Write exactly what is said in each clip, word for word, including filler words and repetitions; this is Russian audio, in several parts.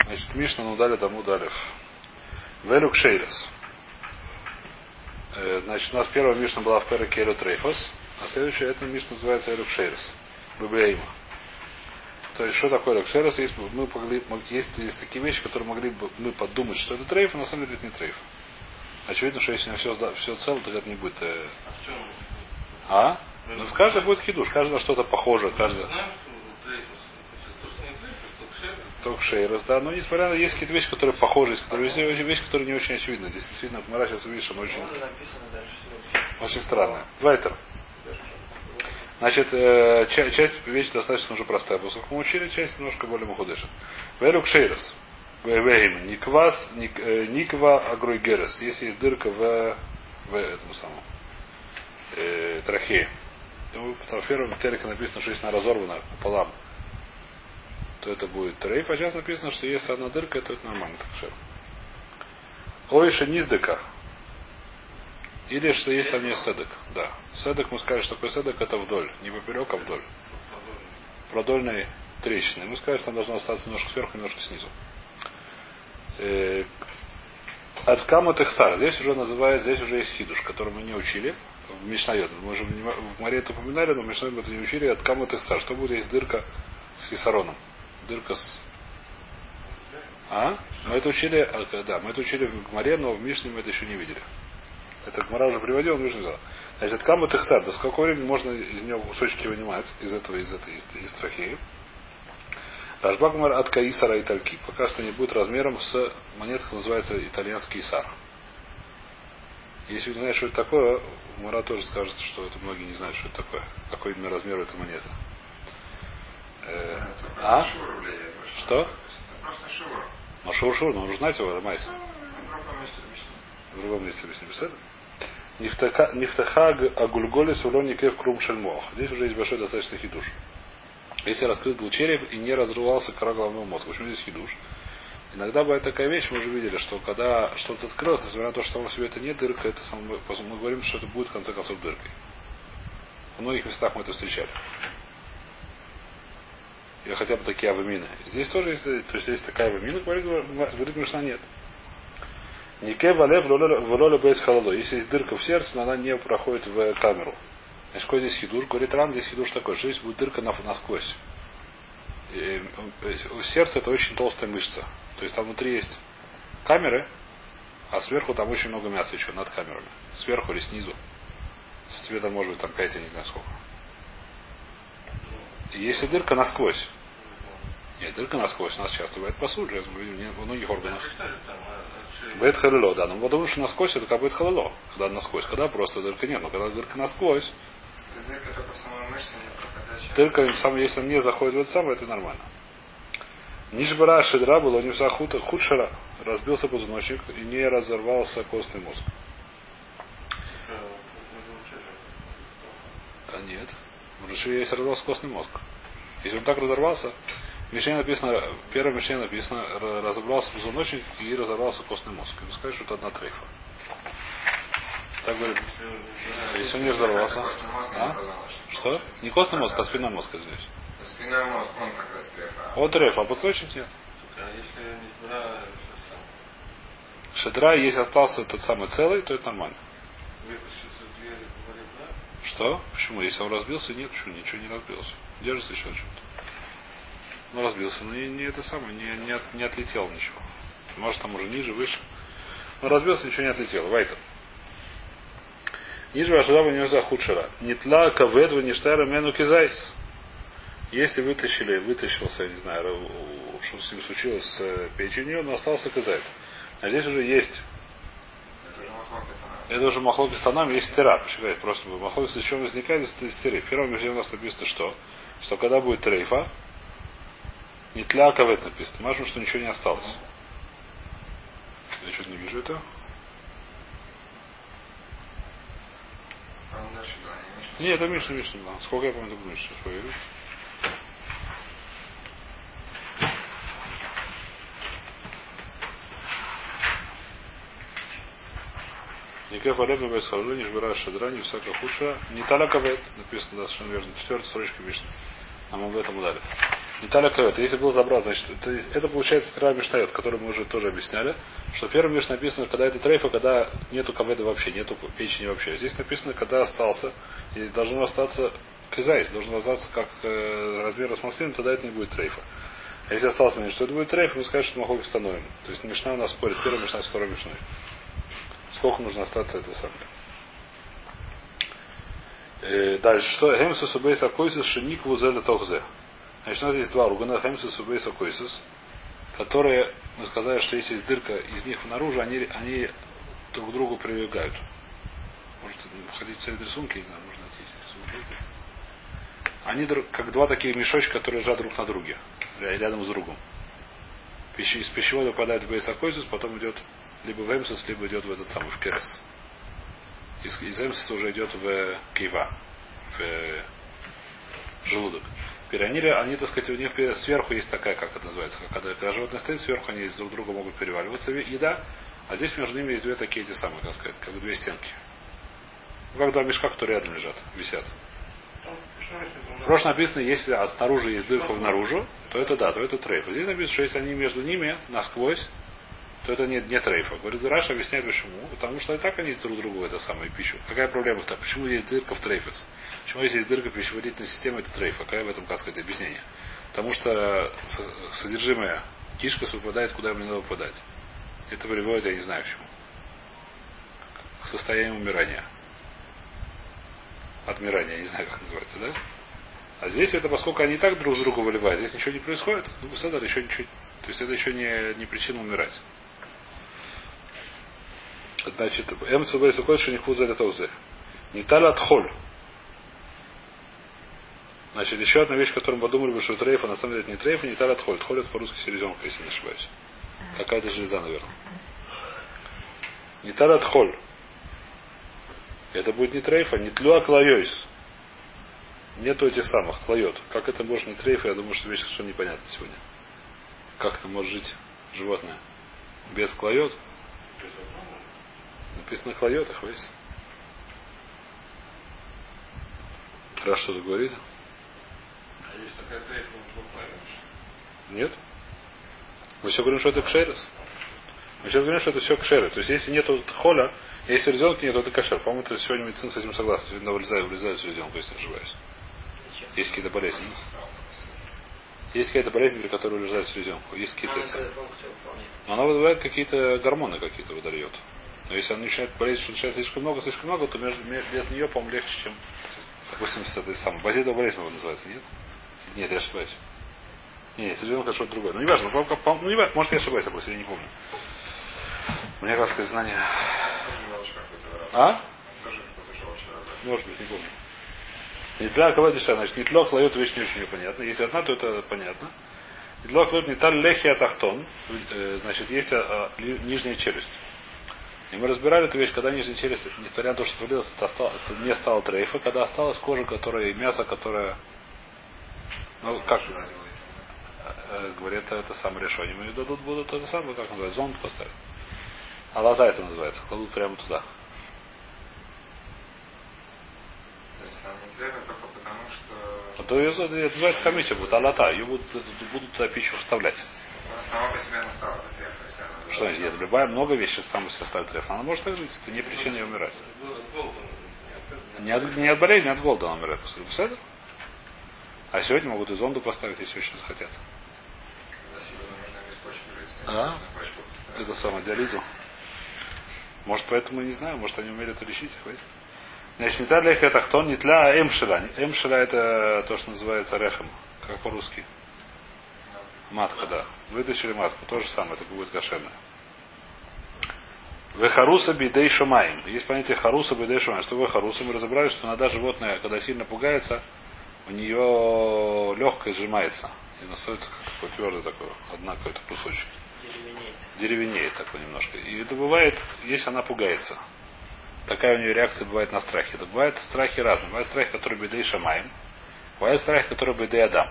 Значит, Мишна нудали тому далев. Велюк Шейрес. Значит, у нас первая Мишна была в Переке Элю Трейфос, а следующая эта Мишна называется Элюк Шейрес. Бебеима. То есть, что такое Элюк Шейрес? Есть, мы могли, есть, есть такие вещи, которые могли бы мы подумать, что это трейф, а на самом деле это не трейф. Очевидно, что если все, все цело, то это не будет. Э... А? Ну, в каждой будет хидуш, каждый на что-то похоже, каждый. Только шейрос, да, но несмотря на есть какие-то вещи, которые похожи, есть которые, вещи, которые не очень очевидны. Здесь действительно Гмара сейчас увидишь, он очень, очень странная. Вайтер. Значит, э, ча- часть вещи достаточно уже простая, поскольку мы учили, часть немножко более махудышит. Велюк шейрос. Никвас, никва агруйгерес. Если есть дырка в, в этом самом э, трахее, то в первом телеке написано, что если она разорвана пополам, то это будет трейф, а сейчас написано, что если одна дырка, то это нормально. Так Ойша низдыка. Или что есть там не седек. Да. Седек, мы скажем, что такое седек, это вдоль. Не поперек, а вдоль. Продольной трещины. Мы скажем, что там должно остаться немножко сверху, немножко снизу. Э, от кама техсар. Здесь уже называют, здесь уже есть хидуш, который мы не учили. В Мишнайот. Мы уже в Маре это упоминали, но в Мишнайот мы это не учили. От кама техсар. Что будет, есть дырка с хисароном. Дырка с... А? Мы это учили, да, мы это учили в Гмаре, но в Мишне мы это еще не видели. Это Гмара уже приводил, он Мишне сказал. Значит, кама техсар. До сколько времени можно из него кусочки вынимать, из этого, из этой, из, из трахеи. Рашбагмар от Каисара и Тальки. Пока что не будет размером с монеткой, называется итальянский исар. Если вы не знаете, что это такое, Мара тоже скажет, что это многие не знают, что это такое. Какой именно размер эта монета. Э, а? Что? Ну шур-шур, но нужно знать его, Рамайса. В другом месте объясню. Нифтахаг агульголис улоникев крум шельмох. Здесь уже есть большой достаточно хидуш. Если раскрыт был череп и не разрывался кора головного мозга. В общем, здесь хидуш. Иногда бывает такая вещь, мы уже видели, что когда что-то открылось, несмотря на то, что само по себе это не дырка, это само, мы говорим, что это будет в конце концов дыркой. В многих местах мы это встречали. Или хотя бы такие авамины. Здесь тоже есть, то есть есть такая авамина, говорит, говорит Мишна, нет. Нике валев вололя бейс халало. Если есть дырка в сердце, но она не проходит в камеру. Значит, какой здесь хидуш? Говорит Ран, здесь хидуш такой, что здесь будет дырка насквозь. И у сердца это очень толстая мышца. То есть там внутри есть камеры, а сверху там очень много мяса еще над камерами. Сверху или снизу. С цветом может быть там пять, я не знаю сколько. И если дырка насквозь. Нет, дырка насквозь у нас часто бывает посуда, мы видим в многих органах. Бет халило, да. Но потому что насквозь это как бет халило. Когда насквозь. Когда просто дырка нет. Но когда дырка насквозь. Дырка только в самой мышце, не дырка, сам, если он не заходит в это самое, это нормально. Нишбара шедра было у него худшара. Разбился позвоночник и не разорвался костный мозг. А нет. В Раши есть разорвался костный мозг. Если он так разорвался, в Мишне написано, в первом Мишне написано, разобрался позвоночник и разорвался костный мозг. И вы скажете, что это одна трейфа. Так говорит. Если он не разорвался. А? Что? Не костный мозг, а спинной мозг, извиняюсь. Спинной мозг, он как раз трейфа. Он трейфа, а позвоночник нет. Шедра, если остался тот самый целый, то это нормально. Что? Почему? Если он разбился, нет, почему? Ничего не разбился. Держится еще что-то. Ну, разбился, но не, не это самое, не, не, от, не отлетел ничего. Может, там уже ниже, выше. Но разбился, ничего не отлетело. Вайтер. Ниже ожидава не захудшера. Нитла каведва ништара мену кизайс. Если вытащили, вытащился, я не знаю, что с ним случилось с печенью, но остался кизайт. А здесь уже есть. Это уже махлоки с танами, есть стира. Просто махлоки с чем возникает из стиры. В первом месте у нас написано что? Что когда будет трейфа, не тля кавет написано. Машем, что ничего не осталось. Я что-то не вижу это. Нет, это Мишна, Мишна. Сколько я помню, это Мишна. Сейчас поверю. Никакой валев без халжи, не жбира шадра, не всякая худшая. Не таля кавет, написано, да, совершенно верно. Четвертая строчка Мишны. А мы в этом ударим. Ниталя клает. Если был забрал, значит, это, это получается вторая Мишнайот, которую мы уже тоже объясняли, что в первом Мишне написано, когда это трейфа, когда нету каведа вообще, нету печени вообще. Здесь написано, когда остался, и должно остаться кизайс, должен остаться как э, размер с маслином, тогда это не будет трейфа. А если осталось мнение, что это будет трейф, мы скажем, что мы махок становим. То есть Мишна у нас спорит, первая Мишна с второй Мишной. Сколько нужно остаться это самое. Э, дальше, что? Хемсу субейс акойсус шиник вузеля тохзе. Значит, у нас есть два органа, хемсус и бейсакойсус, которые, мы сказали, что если есть дырка из них наружу, они, они друг к другу прилегают. Может, хотите посмотреть рисунки, не знаю, можно найти рисунки. Они как два таких мешочка, которые лежат друг на друге, рядом с другом. Из пищевода попадает в бейсакойсус, потом идет либо в эмсус, либо идет в этот самый, в керес. Из, из эмсуса уже идет в кива, в желудок. Пиранили, они, так сказать, у них сверху есть такая, как это называется, когда, когда животное стоит, сверху они друг друга могут переваливаться, еда, а здесь между ними есть две такие эти самые, как сказать, как две стенки. Ну, как два мешка, которые рядом лежат, висят. В прошлом написано, если а снаружи есть дырка наружу, то это да, то это трейф. Здесь написано, что если они между ними насквозь, то это не, не трейфа. Говорит, Раша объясняет почему. Потому что и так они друг другу это самое пищу. Какая проблема-то? Почему есть дырка в трейфес? Почему если есть дырка пищеварительной системы, это трейф? Какая в этом, как сказать, объяснение? Потому что содержимое кишка выпадает, куда ему не надо выпадать. Это приводит, я не знаю к чему. К состоянию умирания. Отмирания, я не знаю, как называется, да? А здесь это, поскольку они и так друг с другу выливают, здесь ничего не происходит. Ну, это еще ничего. То есть это еще не, не причина умирать. Значит, эмцубей сукойши нихуза летоузе. Ниталя тхоль. Значит, еще одна вещь, которую мы подумали бы, что трейфа, на самом деле это не трейфа, ниталя тхоль. Тхоль это по-русски селезенка, если не ошибаюсь. Какая-то железа, наверное. Ниталя тхоль. Это будет не трейфа, не тлюа клайойс. Нету этих самых, клайот. Как это может не трейфа, я думаю, что вещь совершенно непонятна сегодня. Как это может жить животное? Без клайот? Написано клайот, их есть. Раз что-то говорит? А есть такая трейфа, Нет? Мы все говорим, что это кшерес. Мы сейчас говорим, что это все кшеры. То есть, если нету холя, если селезенки нет, то это кашер. По-моему, это сегодня медицина с этим согласна. Сегодня вылезает, вылезает селезенку, если не ошибаюсь. Есть какие-то болезни. Есть какая-то болезнь, при которой вылезает селезенку. Есть какие-то. Но она выдает какие-то гормоны какие-то выдает. Но если она начинает болеть, что начинает слишком много, слишком много, то между, без нее, по-моему, легче, чем, допустим, с этой самой. Базидовая болезнь его называется, нет? Нет, я ошибаюсь. Нет, селезенка что-то другое. Ну, не важно, по, по, ну, не важно, может, я ошибаюсь, просто я не помню. Мне кажется, сказать, знание. А? Может быть, не помню. Не для кого диша, значит, не тлох лает вещь не очень непонятно. Если одна, то это понятно. Не тлох лает не таль лехи атахтон. Значит, есть а, ли, нижняя челюсть. И мы разбирали эту вещь, когда нижняя челюсть, несмотря на то, что отвалилась, это, осталось, это не стало трейфа, когда осталась кожа, которая, и мясо, которое. Ну, как говорит, это, это самое решение. Им дадут, будут это самое, как называется, зонд поставить. Алата это называется, кладут прямо туда. То есть она не трейфа только потому, что... А то ее это называется комиссия будет, алата, ее будут, будут туда пищу вставлять. Она сама по себе настала до трейфа. Что нет, любая много вещей сама себе ставит трейф. Она может так жить, это не причина ее умирать. Не от, не от болезни, а от голода она умирает. После А сегодня могут и зонду поставить, если очень захотят. А? Это самодиализм. Может, поэтому не знаю, может, они умели это лечить. Хватит. Значит, не та для их это кто, не тля, эмшила. Эмшила это то, что называется рехем, как по-русски. Матка, да. Вытащили матку. То же самое, это будет кошерное. Вы харуса бидей шумаем. Есть понятие харуса бидей шумаем. Что вы харуса? Мы разобрали, что иногда животное, когда сильно пугается, у нее легкое сжимается. И настается как такой твердый такой, одна какой-то кусочек. Деревенеет. Деревенеет такой немножко. И это бывает, если она пугается. Такая у нее реакция бывает на страхе. Это бывают страхи разные. Бывают страхи, которые бидей шамаем. Бывают страхи, которые бидей адам.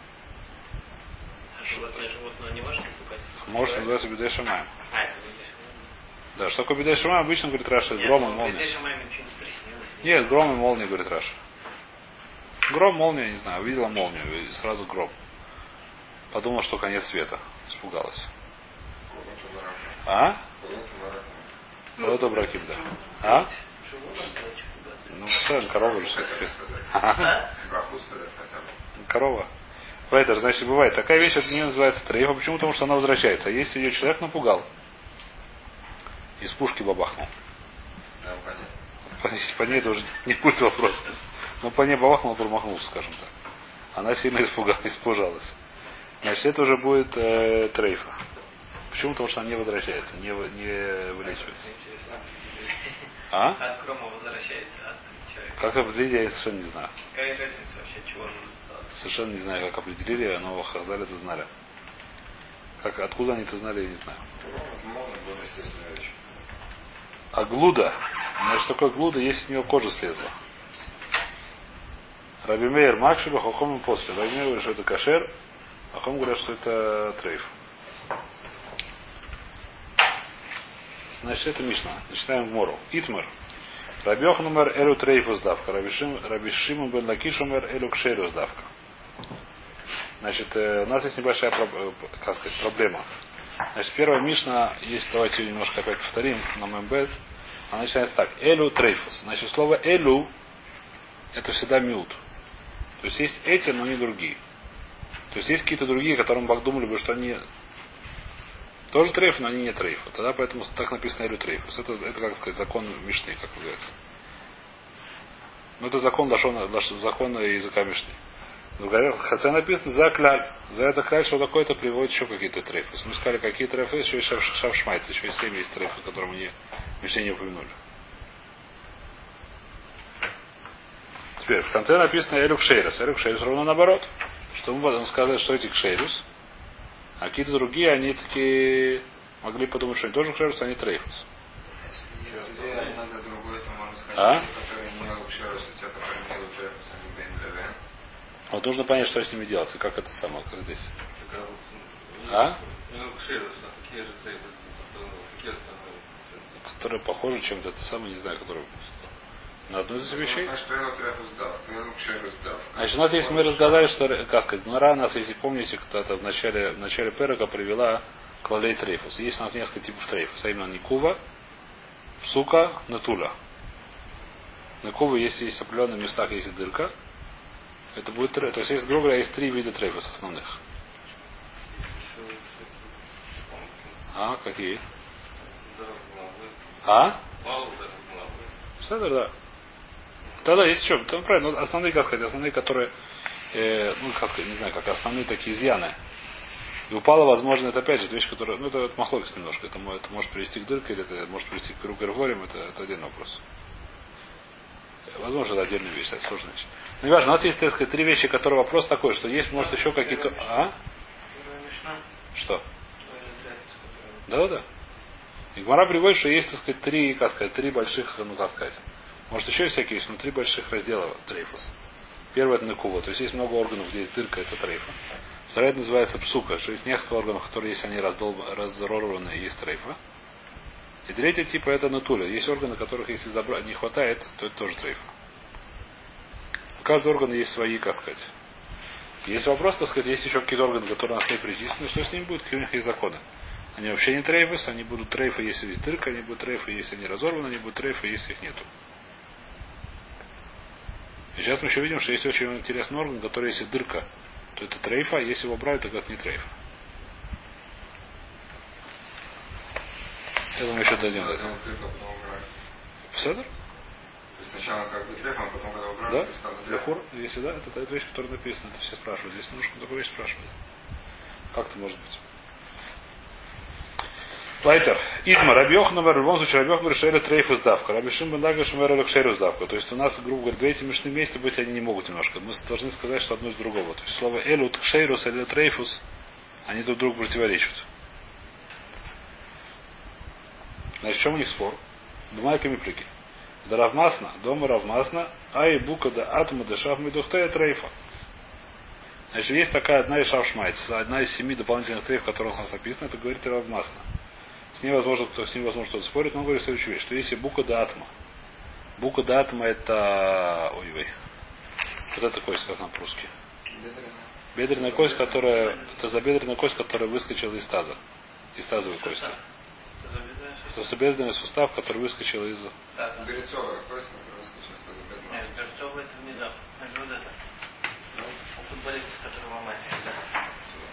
Животное животное не может пугать? Может называться бидей шамаем. А, это бидей шамаем. Да, что такое бидей шамаем, обычно говорит Раша, гром и молния. Бидей шамаем ничего не приснилось. Нет, гром и молния, говорит Раша. Гром, молния, не знаю, увидела молнию, и сразу гром. Подумал, что конец света. Испугалась. А? Вот обраким, да. А? Ну, что, корова же все-таки. Корова. Поэтому, значит, бывает. Такая вещь, это не называется трейфа. Почему? Потому что она возвращается. А если ее человек напугал, из пушки бабахнул. По ней это уже не будет вопроса. Но по ней бабахнул, промахнулся, скажем так. Она сильно испугалась, испужалась. Значит, это уже будет э, трейфа. Почему? Потому что она не возвращается, не, не вылечивается. А? От крома возвращается от человека. Как определили, я совершенно не знаю. Какая разница вообще, чего он стал? Совершенно не знаю, как определили, но Хазаль это знали. Как, откуда они это знали, я не знаю. А глуда? Значит, такое глуда, если с нее кожа слезла. Раби Мейер Макшиба, Хохом после. Раби Мейер говорит, что это кашер, а Хохом говорят, что это трейф. Значит, это Мишна. Начинаем в Мору. Итмар. Раби Охнумер элю трейфу сдавка. Раби Шимон бен Лакишумер элю кшеру сдавка. Значит, у нас есть небольшая как сказать, проблема. Значит, первая Мишна, есть, давайте ее немножко опять повторим, на Мембет. Она начинается так. Элю трейфус. Значит, слово элю это всегда миут. То есть есть эти, но не другие. То есть есть какие-то другие, которым Бог думали бы, что они тоже трейф, но они не трейф. Тогда поэтому так написано элю трейфус. Это, это, как сказать, закон Мишны, как называется. Ну, это закон лашона, закон языка Мишны. Хотя написано за кляль. За это кляль, что такое-то приводит еще какие-то трейфы. Мы сказали, какие трейфы, еще есть шавшмайцы, еще есть семь есть трейфы, которые мы не, Мишне не упомянули. Теперь, в конце написано элю кшейрус. Элю кшейрус ровно наоборот. Что мы можем сказать, что эти кшейрус, а какие-то другие, они такие могли подумать, что они тоже кшейрус, а они трейфус. Если одна за другой, то можно сказать, а? что те, которые не элю кшейрус, и те, которые не элю трейфус, они бен левен. Вот нужно понять, что с ними делать, и как это самое, как здесь. А? Которые похожи чем-то, это самое, не знаю, которые на одну из этих вещей. Значит, у нас есть, мы рассказали, что, как сказать, Гмара нас, если помните, кто-то в начале, в начале Перека привела клалей трейфус. Есть у нас несколько типов трейфуса, именно Никува, Псука, Натуля. Никува, если есть в определенных местах, есть дырка, это будет трейф. То есть, есть, грубо говоря, есть три вида трейфуса основных. А, какие? А? Седер, да. Да-да, есть еще. Там правильно. Основные, как сказать, основные, которые, э, ну, как сказать, не знаю, как основные такие изъяны. И упала, возможно, это опять же вещь, которая, ну, это, это махлокис немножко. Это, это может привести к дырке, или это может привести к кругерворим, это, это отдельный вопрос. Возможно, это отдельная вещь, это сложная вещь. Но не важно, у нас есть, так сказать, три вещи, которые вопрос такой, что есть, может, еще какие-то. А? Что? Да-да. И Гмара приводит, что есть, так сказать, три, как сказать, три больших, ну, как сказать. Может, еще всякие есть, но три больших раздела трейфус. Первый это накува, то есть есть много органов, где есть дырка, это трейфа. Вторая это называется псука, что есть несколько органов, которые, если они раздолб... разорваны, есть трейфа. И третий типа это натуля. Есть органы, которых если забрать не хватает, то это тоже трейфа. У каждого органа есть свои, как сказать. Есть вопрос, так сказать, есть еще какие-то органы, которые у нас не причислены, что с ними будет, какие у них есть законы. Они вообще не трейфы, они будут трейфы, если есть дырка, они будут трейфы, если они разорваны, они будут трейфы, если их нету. И сейчас мы еще видим, что есть очень интересный орган, который если дырка, то это трейфа, а если его брать, то как не трейф. Я думаю, еще дойдем до этого. Седер? Сначала как бы трейф, а потом когда убрали, да? перестал быть Лехур, если да, это та вещь, которая написана, это все спрашивают. Здесь немножко такую вещь спрашивают. Как это может быть? Лайтер. Идма. Раби Йоханан, в любом случае, Раби Йоханан говорит, что это трейф и сдавка. Раби Шимон бен Лакиш шумер элю кшейру сдавка. То есть у нас, грубо говоря, две эти мишны вместе быть они не могут немножко. Мы должны сказать, что одно из другого. То есть слово элю, кшейрус, элю трейфус, они друг другу противоречат. Значит, в чем у них спор? Думайками прики. Да равмасна, дома равмасна, а и бука да атма да шаф медухтея трейфа. Значит, есть такая одна из шавшмайц, одна из семи дополнительных трейф, которые у нас написано, это говорит равмасна. С ним возможно, кто с ним возможно что-то спорит, но он говорит следующую вещь, что если бука да атма. Бука да атма это. Ой-ой. Вот это такое, как на по-русски. Бедренная кость, которая... Это забедренная кость, которая выскочила из таза. Из тазовой кости. Это забедренный сустав, который выскочил из... Берецовая кость, которая выскочила из тазобедренной. Нет, берцовая это внезапно. Это вот это. У футболистов, которые ломают всегда.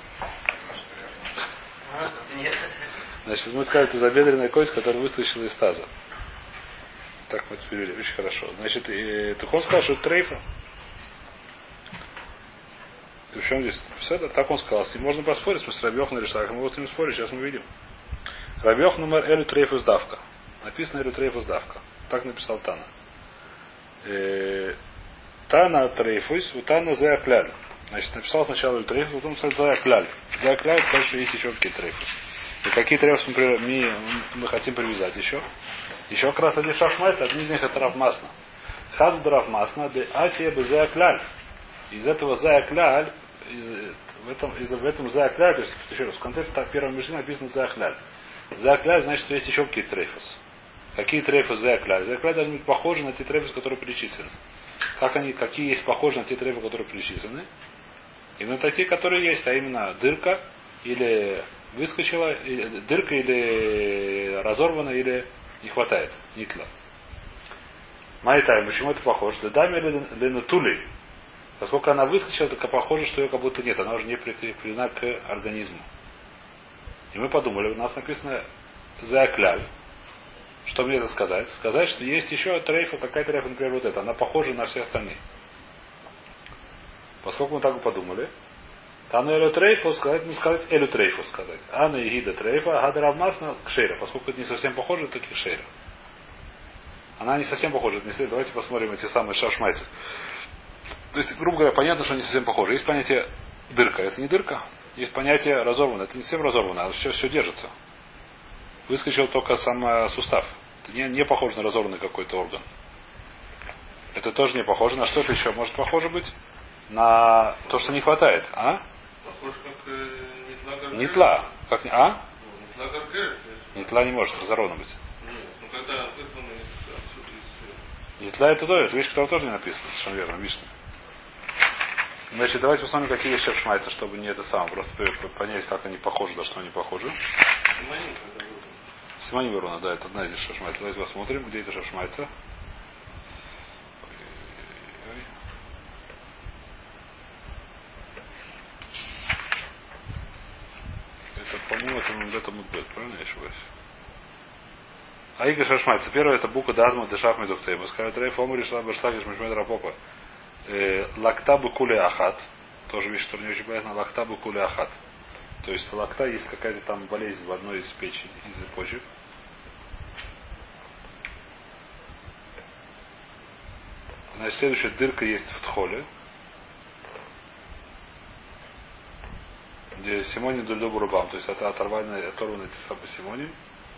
Нет. Значит, мы сказали, это забедренная кость, которая выскочила из таза. Так мы это перевели. Очень хорошо. Значит, и... так он сказал, что это трейфа. И в чем здесь? Так он сказал. С ним можно поспорить, мы с Рабьехом решили. Мы будем с ним спорить, сейчас мы видим. Рабьех номер Элю Трейфус Давка. Написано Элю Трейфус Давка. Так написал Тана. Э, Тана Трейфус, у Тана Зеакляль. Значит, написал сначала Элю Трейфус, потом написал Зеакляль. Зеакляль сказать, что есть еще какие трейфус. И какие трейфусы мы, мы, мы хотим привязать еще? Еще как раз один шахмайц, один из них это Равмасна. Хаз Равмасна, де Атия бы Зеакляль. Из этого Зеакляль, в этом, из, в этом Зеакляль, то есть, еще раз, в конце первого мишны написано Зеакляль. Зеакляль значит, что есть еще какие-то трейфусы. Какие трейфусы Зеакляль? Зеакляль должны быть похожи на те трейфусы, которые перечислены. Как они, какие есть похожи на те трейфусы, которые перечислены? Именно такие, которые есть, а именно дырка или выскочила, или, дырка или разорвана, или не хватает. Нитла. Майтай, почему это похоже? Дедами или натулей? Поскольку она выскочила, так похоже, что ее как будто нет. Она уже не прикреплена к организму. И мы подумали, у нас написано Зеакляль. Что мне это сказать? Сказать, что есть еще трейфа, какая трейфа, например, вот эта. Она похожа на все остальные. Поскольку мы так и подумали, Тану Элю Трейфу сказать, не сказать Элю Трейфу сказать. Анна и Гида Трейфа, Гада Равмасна Кшейра. Поскольку это не совсем похоже, это Кшейра. Она не совсем похожа. Это не следует. Давайте посмотрим эти самые шашмайцы. То есть, грубо говоря, понятно, что они совсем похожи. Есть понятие дырка. Это не дырка. Есть понятие разорвано. Это не совсем разорвано, а все, все держится. Выскочил только сам сустав. Это не, не похоже на разорванный какой-то орган. Это тоже не похоже. На что это еще может похоже быть? На то, что не хватает. А? Похож как э, нитла. Нитла. Как не? А? Ну, нитла гаргер. Нитла не может разорвана быть. Нет, ну когда вызваны отсюда из... Нитла это тоже. Вещь, которая тоже не написана. Совершенно верно. Вишня. Значит, давайте посмотрим, какие есть шашмайцы, чтобы не это самое. Просто понять, как они похожи, на что они похожи. Симоним это было. Симоним Верона, да, это одна из шашмайцев. Давайте посмотрим, где это шашмайца. Это, по-моему, это, это мудбет, правильно я ошибаюсь? Аига шашмайца. Первое это буква Дадма Дешах Медухтей. Мы сказали, Трейф Омри Шла Баштагиш Мишмед Рапопа. Лактабу кули ахат. Тоже вещь, которая не очень понятна. Лактабу кули ахат. То есть лакта есть какая-то там болезнь в одной из печени, из почек. Значит, следующая дырка есть в тхоле. Где симоним дульдобу рубам. То есть это оторванный, оторванный тесаба симоним.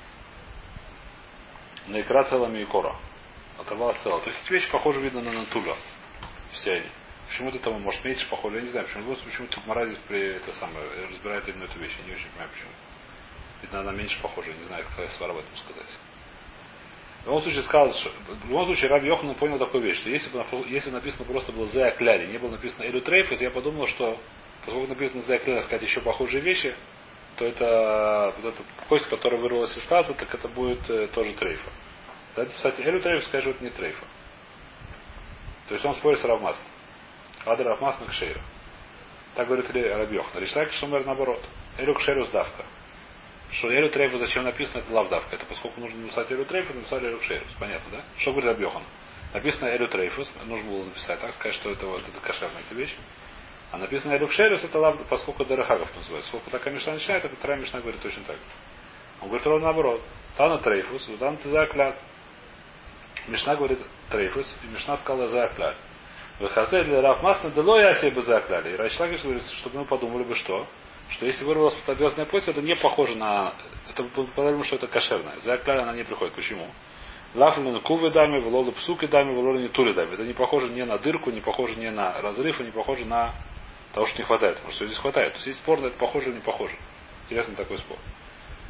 На икра целами и кора. Оторвалась целая. То есть эти вещи похожи, видно, на натуля. Все они. Почему-то там может меньше похоже, я не знаю, почему. Почему-то Мара при это самое разбирает именно эту вещь. Я не очень понимаю, почему. Видно, она меньше похожа, я не знаю, какая свара об этом сказать. В любом случае сказал, что в любом случае Раб Йохан понял такую вещь, что если бы если написано просто было Зеа Кляли, не было написано Элю Трейфус, я подумал, что поскольку написано Зеа Кляли, сказать еще похожие вещи, то это вот эта кость, которая вырвалась из таза, так это будет э, тоже трейфа. Давайте, кстати, Элю Трейфус скажет, что это не трейфа. То есть он спорит с Равмасом. Ада Равмасна Кшейра. Так говорит Раб Йохан. Решлайк Шумер наоборот. Элю Кшейру сдавка. Что Элю Трейфус зачем написано, это лавдавка. Это поскольку нужно написать Элю Трейфус, написали Элю Кшейрус. Понятно, да? Что говорит Раб Йохан? Написано Элю Трейфус, нужно было написать так, сказать, что это вот это кошерная эта вещь. А написано Элю Кшейрус, это лавда, поскольку Дерехагов называется. Сколько такая Мишна начинает, так вторая Мишна говорит точно так. Он говорит ровно наоборот. Тана Трейфус, Тана Тезаклят. Мишна говорит Трейфус, и Мишна сказала Заклят. Выхазель для Рав Масна дало я себе бы закляли. И Райшлагиш говорит, чтобы мы подумали бы что? Что если вырвалась подвязная кость, это не похоже на... Это подумали, что это кошерное. Закляли она не приходит. Почему? Лафлин кувы дами, влолы псуки дами, влолы не тули дами. Это не похоже ни на дырку, не похоже ни на разрыв, и не похоже на того, что не хватает. Потому что здесь хватает. То есть есть спор, это похоже или не похоже. Интересный такой спор.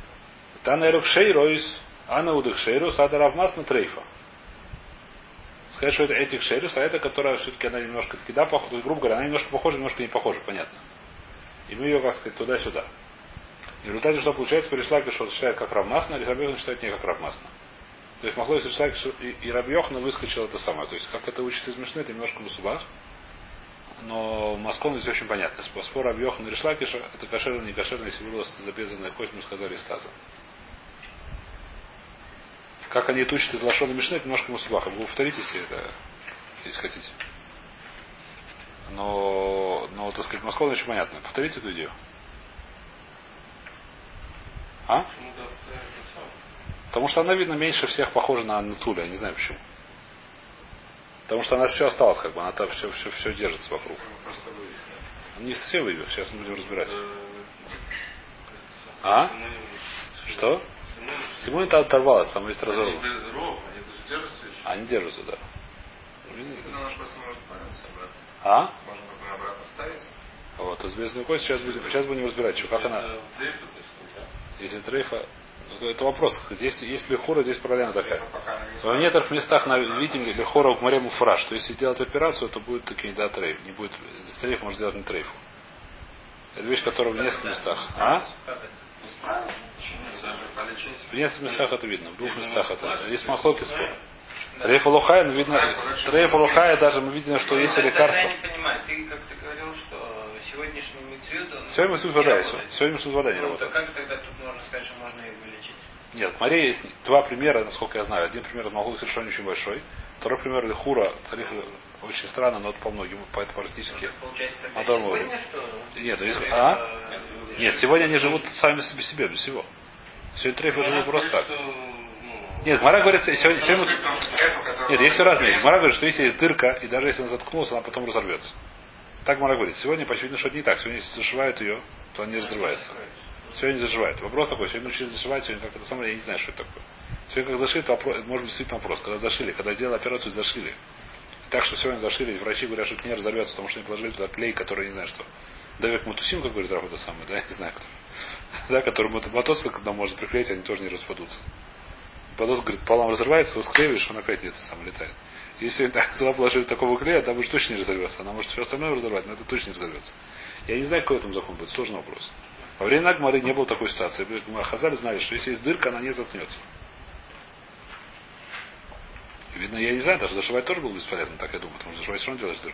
Тана эрок шейройс, ана удых шейрус, ада Рав Масна трейфа. Сказать, что это этих шерюс, а это, которая все-таки она немножко таки, да, похожа, то есть, грубо говоря, она немножко похожа, немножко не похожа, понятно. И мы ее, как сказать, туда-сюда. И в результате, что получается, Перешлаки, что считает как Равмасна, а Рабьехан считает не как Равмасна. То есть Махлой Перешлаки и Рабьехна выскочил это самое. То есть, как это учится из Мишны, это немножко мусубах. Но Маскон здесь очень понятно. Спор Рабьехна и Решлакиша, это кошерно, не кошерно, если вылазит запезанная кость, мы сказали из таза. Как они это учат из Лашона Мишны, это немножко мусубах. Вы повторите себе это, если хотите. Но, но, так сказать, Маскон очень понятно. Повторите эту идею. А? Потому что она, видно, меньше всех похожа на Натуле. Я не знаю почему. Потому что она все осталась, как бы, она там все, все, все держится вокруг. Не совсем вывих, сейчас мы будем разбирать. А? Что? Симон это оторвалась, там есть разорвано. Они держатся, да. А? Можно потом обратно ставить. Вот, избезную кость сейчас будем, сейчас будем разбирать, что, как она. Если трейфа. Ну, это вопрос. Если, если лихура, здесь проблема такая. В некоторых местах на, видим лихура к морему фура, что если делать операцию, то будет таки не да трейф. Не будет. Трейф может делать не трейфу. Это вещь, которая в нескольких местах. А? В нескольких местах это видно. В двух местах это. Есть махлоки спор. Трейфа лухая, но видно. Трейфа лухая даже мы видим, что есть лекарство. Я не понимаю. Ты как-то говорил, что сегодняшний митцвют... Сегодня митцвут вода. Сегодня митцвут вода не ну, работает. Как тогда тут можно сказать, что можно их вылечить? Нет, в Марии есть два примера, насколько я знаю. Один пример могу совершенно очень большой. Второй пример Лихура, царих очень странно, но это по многим, поэтому практически. А сегодня что? Нет, ну, если... а? Нет, сегодня они живут сами себе себе, без всего. Сегодня трейфы живут просто так. Нет, Мара говорит, сегодня, сегодня... Нет, есть разные вещи. Мара говорит, что если есть дырка, и даже если она заткнулась, она потом разорвется. Так Мара говорит. Сегодня, очевидно, что это не так. Сегодня, если зашивают ее, то она не разрывается. Сегодня не заживает. Вопрос такой, сегодня научились зашивать, сегодня как это самое, я не знаю, что это такое. Сегодня как зашили, то вопрос, может быть действительно вопрос. Когда зашили, когда сделали операцию, зашили. Так что сегодня зашили, врачи говорят, что это не разорвется, потому что они положили туда клей, который не знаю что. Давек Мутусим, как говорит Раф, это самое, да, я не знаю кто. Да, который мотоцикл, когда можно приклеить, они тоже не распадутся. Мотоцикл, говорит, пополам разрывается, его склеиваешь, он опять где-то сам летает. Если туда положили такого клея, там уже точно не разорвется. Она может все остальное разорвать, но это точно не разорвется. Я не знаю, какой в этом закон будет, сложный вопрос. Во время Нагмары не было такой ситуации. Хазали знали, что если есть дырка, она не заткнется. И, видно, я не знаю, даже зашивать тоже было бесполезно, так я думаю, потому что зашивать все равно делаешь дырку.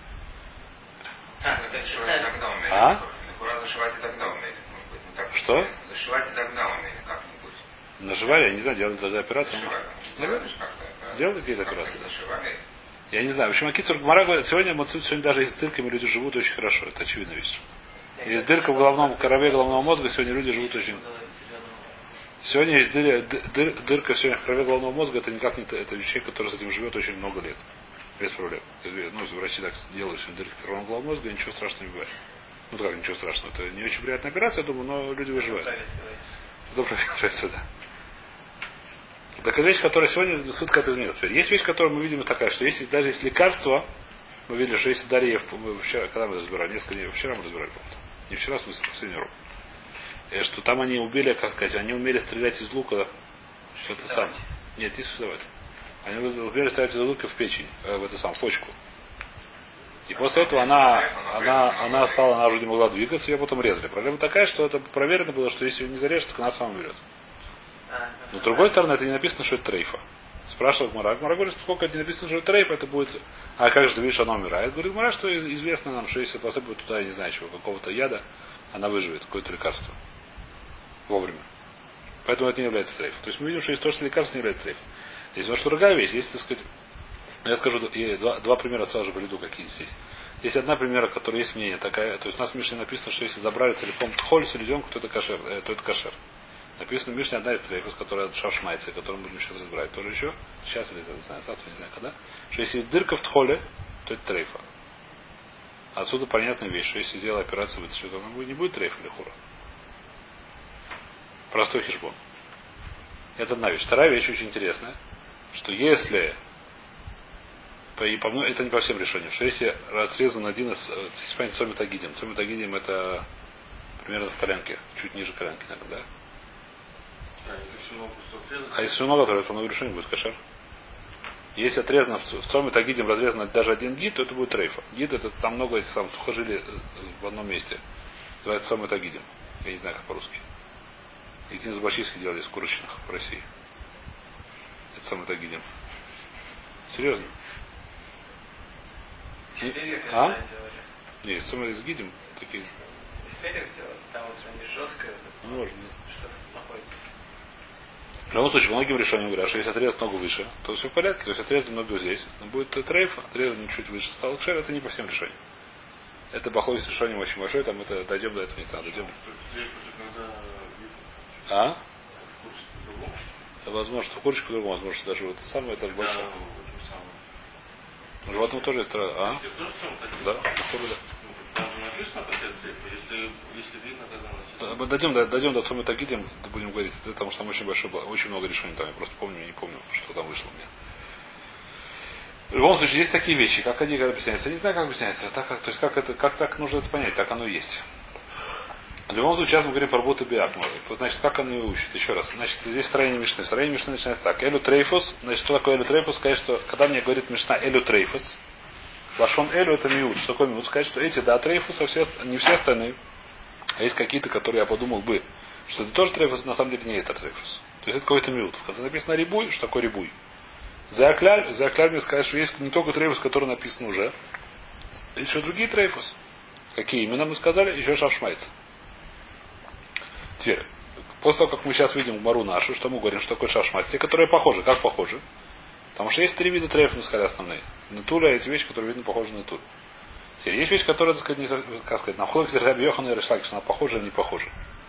А? Зашивать и тогда умели. Может быть, не так. Что? Зашивать и тогда умели как-нибудь. Наживали, я не знаю, делали тогда операцию. Зашивали. Делали какие-то операции? Зашивали. Я не знаю. В общем, Акицур Гмара говорит, сегодня Мацут, сегодня даже с дырками люди живут очень хорошо. Это очевидная вещь. Есть дырка в головном корове головного мозга, сегодня люди живут очень... Сегодня есть дыр, дыр, дырка сегодня в корове головного мозга, это никак не... Это человек, который с этим живет очень много лет. Без проблем. Ну, если врачи так делают, что дырка в корове головного мозга, ничего страшного не бывает. Ну так, ничего страшного. Это не очень приятная операция, я думаю, но люди выживают. Добро приезжать сюда. Такая вещь, которая сегодня суд как-то изменилась. Есть вещь, которую мы видим такая, что если даже есть лекарство, мы видели, что если Дарья, мы вчера, когда мы разбирали, несколько дней, вчера мы разбирали, не вчера, в смысле, последний урок, что там они убили, как сказать, они умели стрелять из лука, что-то сам. Нет, не существовать. Они умели стрелять из лука в печень, э, в эту самую почку. И после этого она, она, она стала, она уже не могла двигаться, ее потом резали. Проблема такая, что это проверено было, что если ее не зарежет, то она сама умрет. Но с другой стороны, это не написано, что это трейфа. Спрашивает Гмара. Гмара говорит, сколько это не написано, что это трейфа, это будет... А как же ты видишь, она умирает? Говорит Гмара, что известно нам, что если посыпать туда, я не знаю чего, какого-то яда, она выживет, какое-то лекарство. Вовремя. Поэтому это не является трейфом. То есть мы видим, что есть то, что лекарство не является трейфом. Есть немножко другая вещь. Здесь, так сказать, я скажу, и два, два примера сразу же приведу, какие здесь. Есть одна примера, которая есть мнение такая. То есть у нас в Мишне написано, что если забрали целиком тхоль с селезенку, то это кошер. Э, то это кошер. Написано в Мишне одна из трейфов, которая шавшмайца, которую мы будем сейчас разбирать. Тоже еще, сейчас или не знаю, завтра, не знаю когда. Что если есть дырка в тхоле, то это трейфа. Отсюда понятная вещь, что если сделать операцию вытащить, то она не будет трейфа или хура. Простой хижбон. Это одна вещь. Вторая вещь очень интересная, что если по, и по, это не по всем решениям, что если разрезан один из понятия цомитагидим, цомитагидим это примерно в коленке, чуть ниже коленки иногда. А если много, то это по новому решению будет кошер. Если отрезано в цоме тагидим разрезано даже один гид, то это будет трейфа. Гид это там много, если там сухожилий в одном месте. Называется цоме тагидим. Я не знаю, как по-русски. Единиц башистских делали из курочных в России. Это цоме тагидим. Серьезно? Теперь А? Нет, цоме из гидим такие. Теперь делать, там вот они жесткое. Ну, можно. Что находится. В любом случае, многим решениям говорят, что если отрезать ногу выше, то все в порядке. То есть отрезать ногу здесь, но будет трейф, отрезать чуть выше стал кшер, это не по всем решениям. Это бахой с решением очень большое, там это дойдем до этого, не знаю, дойдем. А? Возможно, что в курочке по-другому, возможно, что даже вот это самое, это большое. Животному тоже есть а? Да, походу, да. Если, если видно, тогда мы дойдем, до, дойдем до Цоме Тагидим, будем говорить, потому что там очень большое, очень много решений там. Я просто помню, не помню, что там вышло у меня. В любом случае, есть такие вещи, как они как объясняются. Я не знаю, как объясняется. Так, как, то есть, как это, как так нужно это понять, так оно и есть. В любом случае, сейчас мы говорим про работу биак. Вот, значит, как оно и учит. Еще раз. Значит, здесь строение Мишны. Строение Мишны начинается так. Элю Трейфус. Значит, что такое Элю Трейфус? Сказать, что когда мне говорит Мишна Элю Трейфус, Лашон Элю это миут. Что такое миут? Сказать, что эти, да, Трейфуса, все, не все остальные. А есть какие-то, которые я подумал бы, что это тоже Трейфус, на самом деле не это Трейфус. То есть это какой-то миут. В конце написано Рибуй. Что такое Рибуй? За Акляль, за Акляль мне сказать, что есть не только Трейфус, который написан уже. Есть еще другие Трейфус. Какие именно мы сказали? Еще Шавшмайц. Теперь, после того, как мы сейчас видим Мару нашу, что мы говорим, что такое Шавшмайц? Те, которые похожи. Как похожи? Потому что есть три вида Трейфус, мы сказали, основные. Натура, эти вещи, которые видно похожи на натуру. Теперь есть вещи, которые, так сказать, не, как сказать, на входах Раби Йохана и Решлаки, что она похожа или не похожа.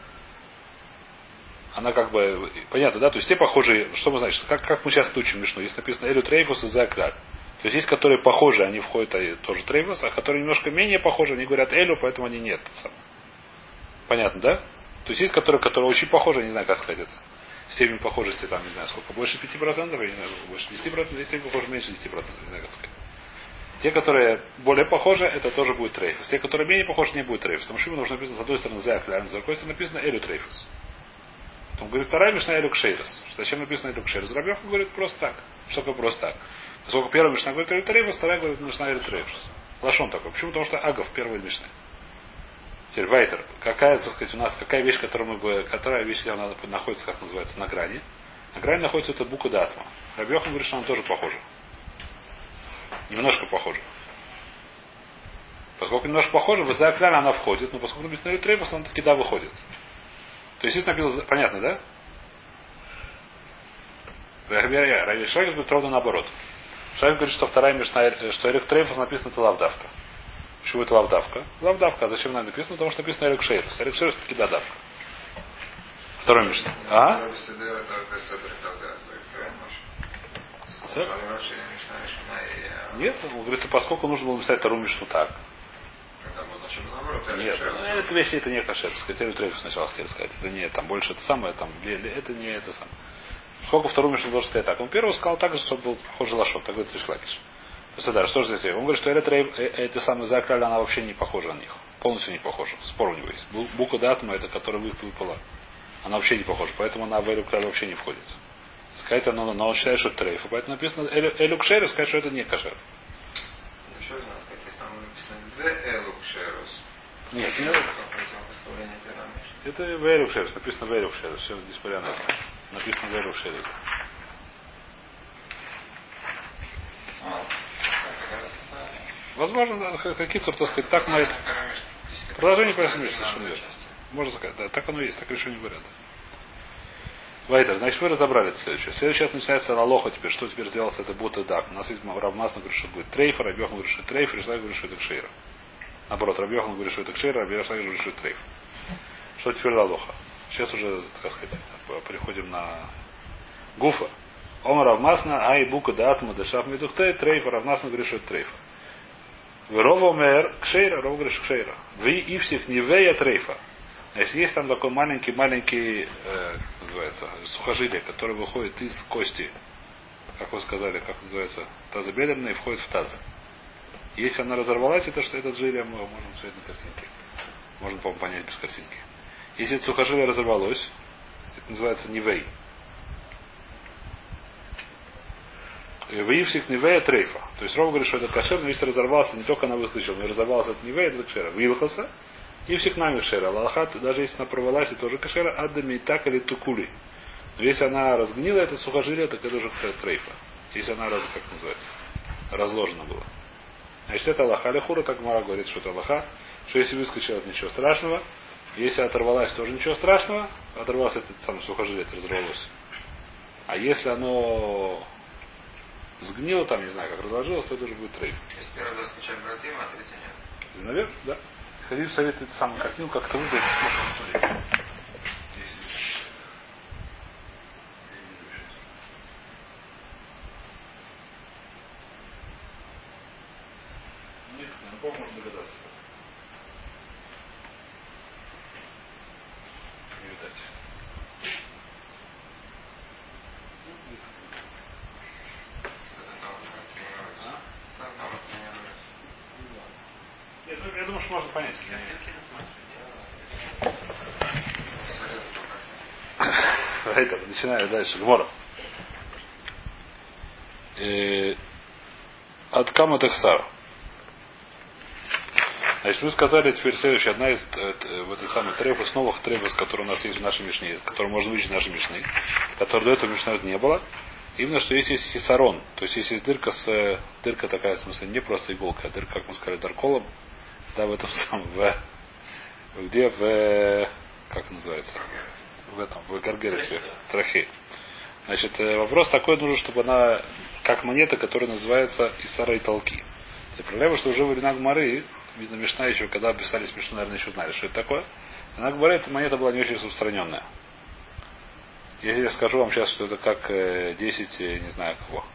Она как бы, понятно, да? То есть те похожие, что мы значит, как, как мы сейчас учим Мишну, здесь написано Элю Трейфус и Закляль. То есть есть, которые похожи, они входят, а тоже Трейфус, а которые немножко менее похожи, они говорят Элю, поэтому они нет. Понятно, да? То есть есть, которые, которые очень похожи, я не знаю, как сказать это. Степень похожести там, не знаю, сколько, больше пяти процентов, я не знаю, больше десяти процентов, есть степень похожи, меньше десяти процентов, не знаю, как сказать. Те, которые более похожи, это тоже будет Трейфус. Те, которые менее похожи, не будет Трейфус. Потому что ему нужно написано с одной стороны Закляль, с другой стороны написано Элю Трейфус. Он говорит, вторая Мишна Элю Кшейрос. Зачем написано Элю Кшейрос? Рабьев говорит просто так. Что такое просто так? Поскольку первая Мишна говорит Элю Трейфус, вторая говорит Мишна Элю Трейфус. Лашон такой. Почему? Потому что Агов первая Мишна. Теперь Вайтер. Какая, так сказать, у нас какая вещь, которая мы бы, которая вещь она находится, как называется, на грани. На грани находится это Бука Датма. Рабьев говорит, что она тоже похожа. Немножко похожа. Поскольку немножко похожа, в Закляль она входит, но поскольку написано Элю Трейфус, она таки да выходит. То есть здесь написано, понятно, да? Рави Шайх говорит ровно наоборот. Шайх говорит, что вторая Мишна, что Эрик Трейфус написано это лавдавка. Почему это лавдавка? Лавдавка. А зачем она написана? Потому что написано Эрик Шейрус. Эрик Шейрус таки да давка. Второй Мишна. А? Нет, он говорит, поскольку нужно было написать вторую Мишну так. Нет, эта вещь это не кашер, сказать, Элю Трейфус сначала хотели сказать. Это не, там больше это самое, там, это не это самое. Сколько вторую Мишну должен сказать так? Он первый сказал так же, чтобы был похожий лашон, так говорит Ришлакиш. То есть, да, что же здесь? Он говорит, что Элю Трейфус, это самое Закляль, она вообще не похожа на них. Полностью не похожа. Спор у него есть. Бука Датма, это которая выпала. Она вообще не похожа, поэтому она в Элю Кляль вообще не входит. Сказать, но, но он считает, что это Трейф. Поэтому написано Элю, Элю Кшер, сказать, что это не кашер. Еще раз сказать, если там написано в Элю Кшерус. Нет, не это в Элю Кшерус, написано в Элю Кшерус. Все, несмотря на это. Написано в Элю Кшерус. Возможно, да, какие-то, так сказать, так на это. Продолжение пояснить, что верно. Можно сказать, да, так оно и есть, так решение говорят. Вайтер, значит, вы разобрали это следующее. Следующее начинается налоха теперь. Что теперь сделался это будто дак. У нас есть Равмасна говорит, что будет трейфа, Рабьехан говорит, что это трейфа, Ришлай говорит, что это кшейра. Наоборот, Рабьехан говорит, что это кшейра, Рабьехан говорит, что это трейф. Что теперь налоха? Сейчас уже, так сказать, переходим на Гуфа. Омар Равмасна, ай бука датма дешав медухте, трейфа, Равмасна говорит, что это трейфа. Верова мэр кшейра, Рова говорит, что кшейра. Ви ивсих нивея трейфа. Значит, есть там такой маленький-маленький, э, как называется, сухожилие, которое выходит из кости, как вы сказали, как называется, тазобедренное, и входит в таз. Если она разорвалась, это что этот жилье мы можем посмотреть на картинке. Можно, по-моему, понять без картинки. Если это сухожилие разорвалось, это называется нивей. Выивсик Нивея Трейфа. То есть Рова говорит, что это кошер, но если разорвался, не только она выслышала, но и разорвался от Нивея, это кошера. Выилхался, и всех нами кошера. Лалахат, даже если она провалась, это тоже кошера, адами так или тукули. Но если она разгнила это сухожилие, так это уже трейфа. Если она, раз, как называется, разложена была. Значит, это Аллаха. Алихура, так Мара говорит, что это Аллаха. Что если выскочила, это ничего страшного. Если оторвалась, тоже ничего страшного. Оторвалось это самое сухожилие, это разорвалось. А если оно сгнило там, не знаю, как разложилось, то это уже будет трейф. Если первый раз скачать братьям, а третий нет. Наверное, да. Ходить в совет эту самую картину, как это выглядит, можно посмотреть. Нет, наверное, можно догадаться. Не видать. Нет, ну я думаю, что можно понять. Это, начинаю дальше. Гмора. От Кама Тахсар. Значит, вы сказали теперь следующая, одна из в этой самой трефус, новых трефус, которые у нас есть в нашей Мишне, которые можно выучить в нашей Мишне, которые до этого Мишны не было. Именно, что если есть хисарон, то есть если есть дырка с дырка такая, в смысле, не просто иголка, а дырка, как мы сказали, дарколом, да, в этом самом, в, где в, как называется, в этом, в гаргерете, трахе. Значит, вопрос такой, нужно, чтобы она, как монета, которая называется Исара и Толки. И проблема, что уже в времена Гмары, видно, Мишна еще, когда писали Мишну, наверное, еще знали, что это такое. Она Гмара, эта монета была не очень распространенная. Если я скажу вам сейчас, что это как десять, не знаю кого.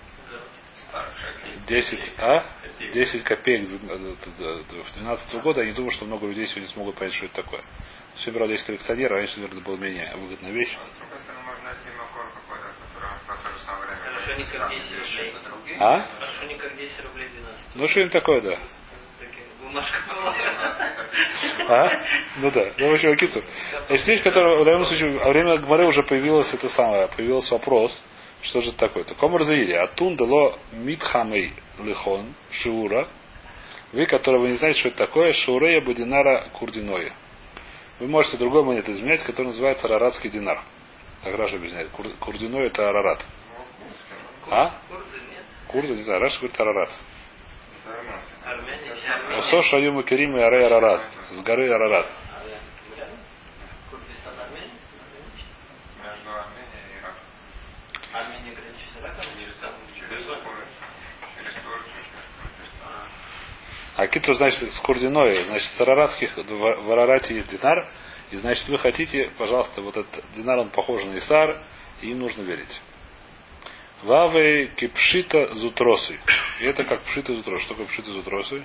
десять, а? десять копеек двенадцатого года, я не думаю, что много людей сегодня смогут понять, что это такое. Все, правда, есть коллекционеры, раньше, наверное, это была менее выгодная вещь. С другой стороны, можно найти макор какой-то, который в то же самое время. Хорошо, не как десять рублей. А? Хорошо, не как десять рублей двенадцать. Ну, что им такое, да. Бумажка была. А? Ну да. Ну, в общем, Кицу. Есть вещь, которая, в данном случае, во время Гмары уже появилось это самое, появился вопрос, что же это такое. Такому разъявили. Атун дало митхамей лихон шиура. Вы, которые вы не знаете, что это такое, шиурея будинара курдиноя. Вы можете другой монеты изменять, который называется араратский динар. Так Раша объясняет. Кур, курдиной это арарат. А? Курда, не знаю, Раша говорит арарат. Осо шаюма керим и арей арарат. С горы Арарат. Между Арменией и Ираком. Армения граничит с Ираком или там Через Турцию. Через Турцию. А китру, значит, с курдиной, значит, с араратских, в Арарате есть динар, и, значит, вы хотите, пожалуйста, вот этот динар, он похож на Исар, и им нужно верить. Вавы кипшита зутросы. И это как пшита зутросы. Что такое пшита зутросы?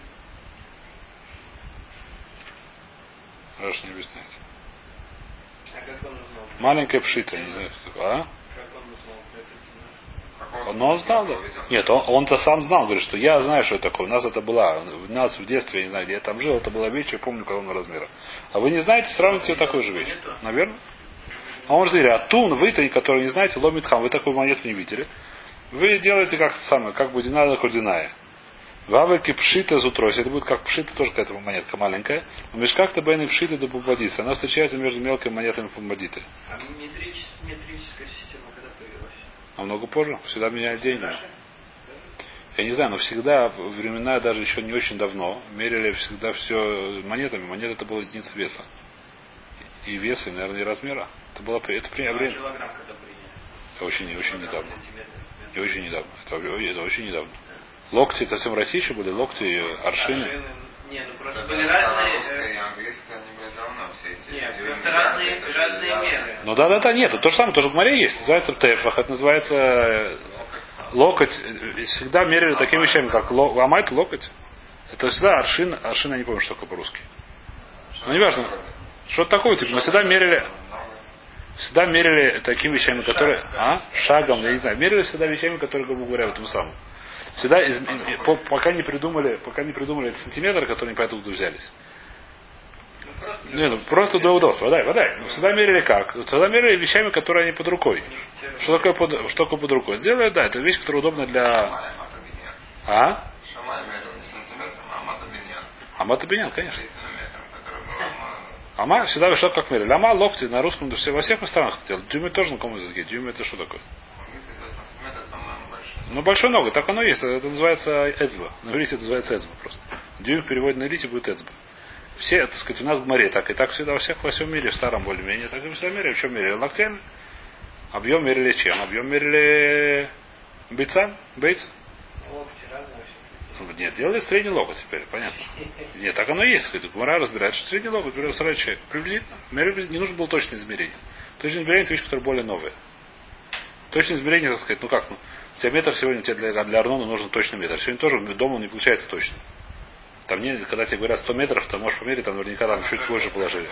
Хорошо, не объясняете. А как он узнал? Маленькая пшита, не знаю, что такое. А? Как он узнал этот динар? Он, он знал, да? Нет, он, он-то сам знал, говорит, что я знаю, что это такое. У нас это была. У нас в детстве, я не знаю, где я там жил, это была вещь, я помню, какого размера. А вы не знаете, сравните такую же вещь. Наверное? А он же говорит, а тун, вы-то, которые не знаете, ломит хам, вы такую монету не видели. Вы делаете как это самое, как будинара курдиная. Вавыки пшита зутрось. Это будет как пшита, тоже какая-то монетка маленькая. В мешках-то бейны пшита до бубадиса. Она встречается между мелкими монетами бубадиты. А метрическая система когда появилась? Намного позже. Всегда меняют деньги. Я не знаю, но всегда, в времена даже еще не очень давно, мерили всегда все монетами. Монета это была единица веса. И веса, и, наверное, и размера. Это было это при А время. килограмм когда приняли? Это очень, очень недавно. Сантиметр. И очень недавно. Это, это очень недавно. Локти, это совсем России еще были, локти, аршины. Аршины. Не, ну просто Когда были старорусская разные. и английская, они были давно все эти. Нет, две просто миллиарды, разные, это же разные да. меры. Ну да, да, да, нет, это то же самое, тоже в море есть. Называется птефах, это называется э, локоть. Всегда мерили такими вещами, как ло, ломать локоть. Это всегда аршин, аршин, я не помню, что такое по-русски. Ну не важно. Что-то такое, типа, мы всегда мерили. Всегда мерили такими вещами, которые... А? Шагом, я не знаю. Мерили всегда вещами, которые, грубо говоря, в этом самом. Всегда, из, пока не придумали, пока не придумали сантиметры, которые не понятно откуда взялись. Ну просто Не, ну просто до удобства. Водай, водай. Ну, всегда мерили как? Всегда мерили вещами, которые они под рукой. Что такое под, что такое под рукой? Сделали, да, это вещь, которая удобна для... А? Шамай мерил не сантиметром, а матабиньян. А матабиньян, конечно. Метром, который был ама. Ама всегда что как мерили. Ама, локти на русском, да все, во всех странах это делают. Дюйм тоже на каком языке? Дюйм это что такое? Ну, большой ноготь, так оно есть. Это называется эцба. На иврите это называется эцба просто. Дюйм в переводе на иврите будет эцба. Все, так сказать, у нас в море так и так всегда, во всех, во всем мире, в старом более-менее, так и в всем мире. В чем мерили? Локтями. Объем мерили чем? Объем мерили бейцам? Бейц? Локти разные все. Нет, делали средний локоть теперь, понятно. Нет, так оно и есть. Гмара разбирает, что средний локоть берет сорок человек. Приблизительно. Мерили, не нужно было точное измерение. Точное измерение это вещь, которая более новая. Точное измерение, так сказать, ну как, ну, у тебя метр сегодня, тебе для, для Арнона нужен точный метр. Сегодня тоже дома не получается точно. Там не, когда тебе говорят сто метров, ты можешь померить, там наверняка там чуть позже положили.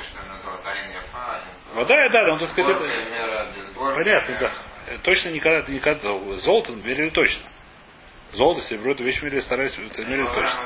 Вода, да, да, ну так сказать, это... Понятно, да. Точно никогда, никогда, золото мерили точно. Золото, серебро, эту вещь мерили, старались, это мерили точно.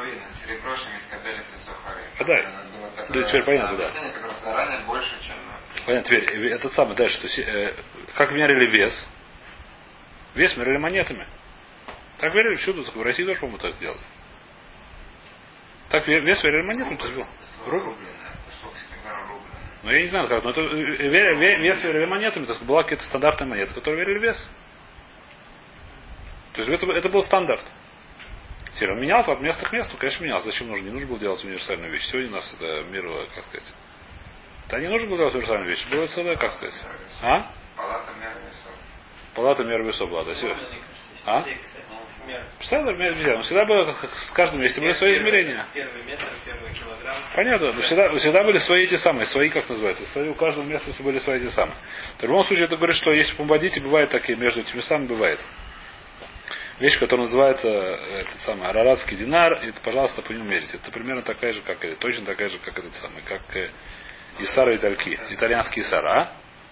А да, да, теперь понятно, да. Понятно, теперь, этот самый дальше, то есть, э, как мерили вес? Вес мерили монетами. Так мерили всюду, в России тоже, по-моему, так делали. Так вес мерили монетами, то есть был. Рубль. Ну я не знаю как, но это вес мерили монетами, то есть была какая-то стандартная монета, которая мерили вес. То есть это, это был стандарт. Теперь он менялся от места к месту, конечно, менялся. Зачем нужно? Не нужно было делать универсальную вещь. Сегодня у нас это мир, как сказать. Да не нужно было делать универсальную вещь. Было целое, как сказать. А? Палата мер весов. Палата мер весов была, да. А? Представляешь, мер весов. Но всегда было, с каждым месте были свои измерения. Первый метр, первый килограмм. Понятно, но всегда, всегда были свои эти самые, свои, как называется, свои, у каждого места были свои эти самые. В любом случае, это говорит, что если помбодите, бывает такие, между этими самыми бывает. Вещь, которая называется этот самый араратский динар, и это, пожалуйста, по нему мерите. Это примерно такая же, как точно такая же, как этот самый, как Исара Итальки, итальянский Исара.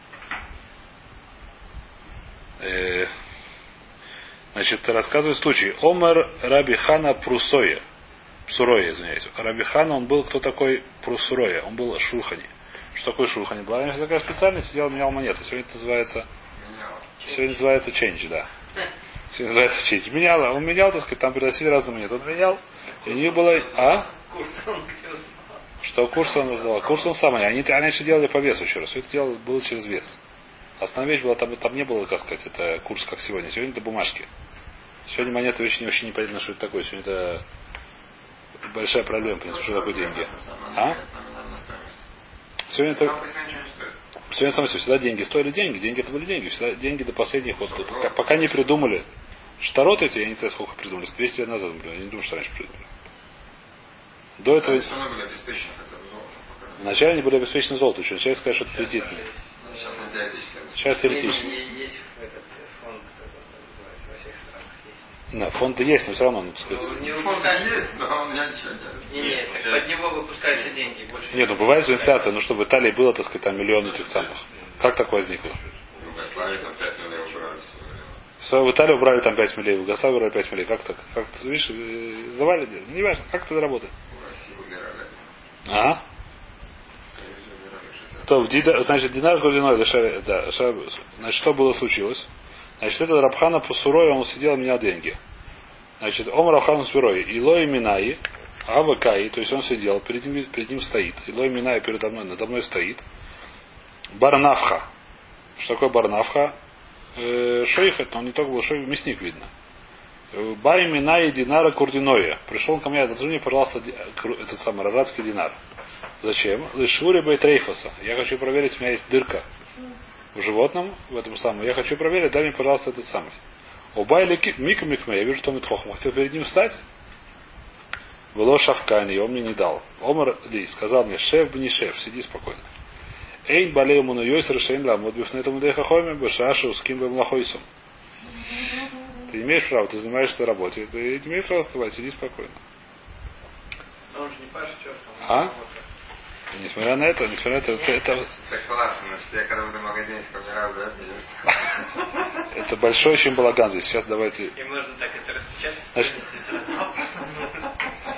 Э, значит, рассказывает случай. Омар Раби Хана Прусоя. Псуроя, извиняюсь. Раби Хана, он был кто такой Прусуроя? Он был Шулхани. Что такое Шулхани? Была раньше такая специальность, сидел, менял монеты. Сегодня это называется... Сегодня называется change, да. Сегодня называется change. Менял, он менял, так сказать, там приносили разные монеты. Он менял, и у них было... А? Курс он где узнал? Что курс он сдавал? Курс он сам. Они, они раньше делали по весу еще раз. Все это дело было через вес. Основная вещь была, там, там не было, как сказать, это курс, как сегодня. Сегодня это бумажки. Сегодня монеты очень, очень непонятно, что это такое. Сегодня это большая проблема, в принципе, что такое деньги. А? Сегодня это... Сегодня само всегда деньги стоили деньги. Деньги это были деньги. Всегда деньги до последних, вот, пока, пока не придумали. Штарот эти, я не знаю, сколько придумали. двести лет назад, я не думаю, что раньше придумали. До этого... Вначале они были обеспечены золотом. Еще начали сказать, что это кредитные. Сейчас теоретически. Есть этот фонд, как он называется, во всех странах есть. Да, фонды есть, но все равно, ну, так сказать. Ну, не Фонд выпускается. есть, но у меня ничего нет. Не, нет, так под него выпускаются деньги. Больше Нет, ну бывает же инфляция, ну что в Италии было, так сказать, там миллион этих самых. Как такое возникло? В Югославии там пять миллионов убрали. В Италии убрали там пять миллионов, в Югославии убрали пять миллионов. Как так? Как ты видишь, сдавали? Ну, не важно, как это работает? В России убирали. Ага. То, значит, динар гулиной, да, значит, что было случилось? Значит, это Рабхана Пусурой, он сидел и менял деньги. Значит, Ом Рабхану Спирой, Илой Минаи, Авакаи, то есть он сидел, перед ним, перед ним стоит. Илой Минаи передо мной, надо мной стоит. Барнавха. Что такое Барнавха? Э, шейхет, но он не только был шейх, мясник видно. Бай Минаи Динара Курдиноя. Пришел ко мне, отложи мне, пожалуйста, этот самый арадский динар. Зачем? Лишури Бейтрейфоса. Я хочу проверить, у меня есть дырка в животном, в этом самом. Я хочу проверить, дай мне, пожалуйста, этот самый. Оба или Мика Микме, я вижу, что он Митхохом. Хотел перед ним встать. Было Шавкани, он мне не дал. Омар Ли сказал мне, шеф, не шеф, сиди спокойно. Эйн балею мунуйой совершенно лам. Вот биф на этом дехахоме, башашу с ким бы млахойсом. Ты имеешь право, ты занимаешься работой. Ты имеешь право вставать, сиди спокойно. Но он же не пашет, что А? Несмотря на это, несмотря на это, это, это... Так классно, но если я когда буду в магазине, ко мне раз, да, это большой очень балаган здесь. Сейчас давайте... И можно так это распечатать. Значит...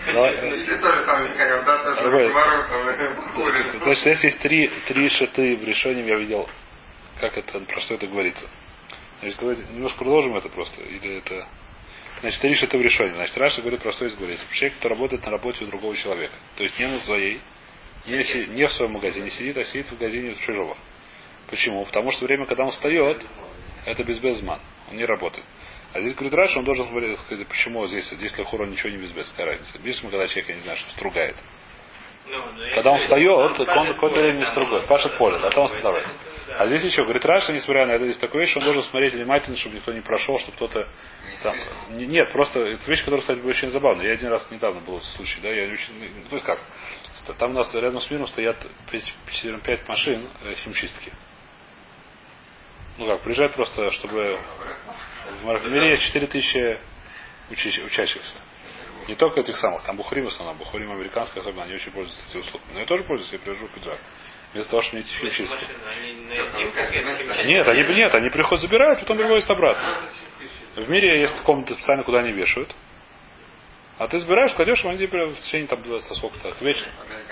Если тоже там, как да, тоже мороз, то есть здесь есть три, три шиты в решении, я видел, как это, про что это говорится. Значит, давайте немножко продолжим это просто. Или это. Значит, три шиты в решении. Значит, Раша говорит, про что здесь говорится. Человек, кто работает на работе у другого человека. То есть не на своей, не, си, не в своем магазине сидит, а сидит в магазине чужого. Почему? Потому что время, когда он встает, это безбезман. Он не работает. А здесь говорит Раша, он должен сказать, почему здесь, здесь лехура ничего не безбез, какая разница. Видишь, когда человек, я не знаю, что стругает. Ну, когда он встает, он какое-то время не стругает, пашет поле, а там он становится. А здесь еще, говорит Раша, несмотря на это, здесь такая вещь, он должен смотреть внимательно, чтобы никто не прошел, чтобы кто-то там. Нет, просто это вещь, которая, кстати, была очень забавная. Я один раз недавно был случай, да, я очень. Ну, то есть как? Там у нас рядом с миром стоят пять машин химчистки. Ну как, приезжают просто, чтобы в мире есть четыре тысячи учащихся. Не только этих самых, там бухарим в основном, бухарим американская особенно, они очень пользуются этими услугами. Но я тоже пользуюсь, я привожу в пиджак. Вместо того, чтобы мне идти в химчистку. Нет, они, нет, они приходят, забирают, потом привозят обратно. В мире есть комнаты специально, куда они вешают. А ты забираешь, кладешь, они тебе в течение там сколько-то вечера.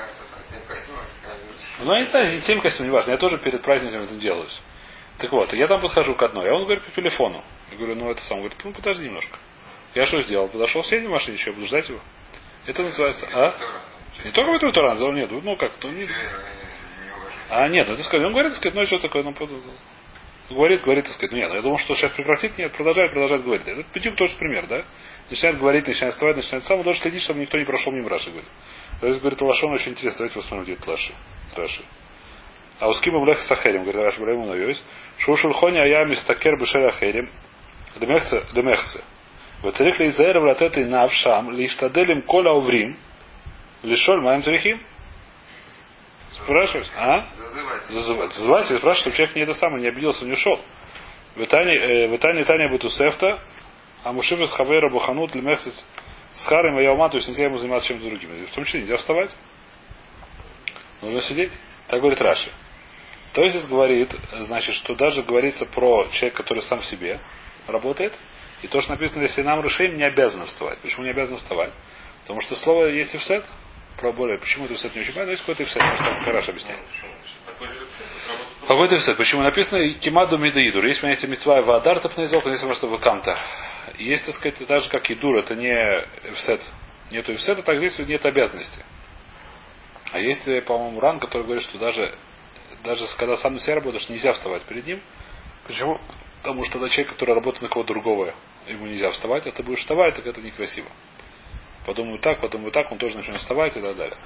Ну, я не знаю, не семь костюмов, не важно. Я тоже перед праздником это делаюсь. Так вот, я там подхожу к одной, а он говорит по телефону. Я говорю, ну это сам. Он говорит, ну подожди немножко. Я что сделал? Подошел в соседней машине, еще буду ждать его. Это называется, а? Не только в этом Туран, да нет, ну как, ну нет. А нет, ну это сказать, он говорит, так сказать, ну что такое, ну говорит, говорит, так сказать, ну нет, я думал, что сейчас прекратит, нет, продолжает, продолжает говорить. Это Петюк тоже пример, да? Начинает говорить, начинает вставать, начинает сам, он должен следить, чтобы никто не прошел мимо Раши, говорит. Здесь говорит, Лашон очень интересно, давайте посмотрим, где это Лаши. Раши. А у скима блеха сахерим, говорит Раши, брайму навёсь. Шушульхони ая мистакер бешер ахерим. Демехце, демехце. Ватерих ли изаэр вратет и навшам, лиштаделим кола уврим, лишоль маем трихим. Спрашиваешь, а? Зазывать. Зазывать, и спрашивать, чтобы человек не это самое, не обиделся, не ушел. В Итане Таня Бутусефта, а Мушива с Хавейра Буханут, Лемехсис с Харем и Яума, то есть нельзя ему заниматься чем-то другим. В том числе нельзя вставать. Нужно сидеть. Так говорит Раши. То есть здесь говорит, значит, что даже говорится про человека, который сам в себе работает, и то, что написано, если нам решим, не обязан вставать. Почему не обязан вставать? Потому что слово есть и всет, про более, почему это всет не очень понятно, но есть какой-то всет, потому что Раши объясняет. Какой-то всет. Почему написано Кимаду Мидаидур? Есть, понимаете, митцва и ваадар тапнезок, есть просто вакамта. Есть, так сказать, так же, как идур, это не всет. Нету всета, так здесь нет обязанности. А есть, по-моему, ран, который говорит, что даже, даже когда сам на себя работаешь, нельзя вставать перед ним. Почему? Потому что тогда человек, который работает на кого-то другого, ему нельзя вставать, а ты будешь вставать, так это некрасиво. Подумаю так, подумаю так, он тоже начнет вставать и так далее.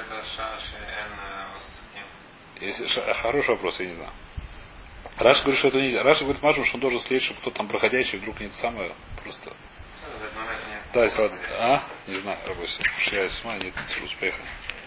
Если хороший вопрос, я не знаю. Раша говорит, что это нельзя. Раша говорит Машу, что он должен следить, чтобы кто-то там проходящий вдруг не самое просто. Да, если ладно. А? Не знаю, работаю. Я с ума, нет успеха.